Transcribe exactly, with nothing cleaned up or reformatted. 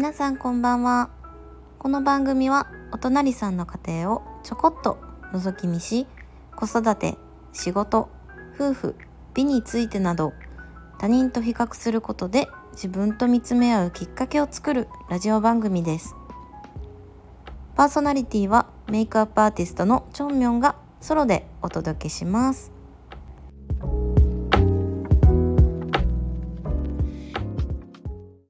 皆さんこんばんは。この番組はお隣さんの家庭をちょこっと覗き見し、子育て、仕事、夫婦、美についてなど他人と比較することで自分と見つめ合うきっかけを作るラジオ番組です。パーソナリティはメイクアップアーティストのチョンミョンがソロでお届けします。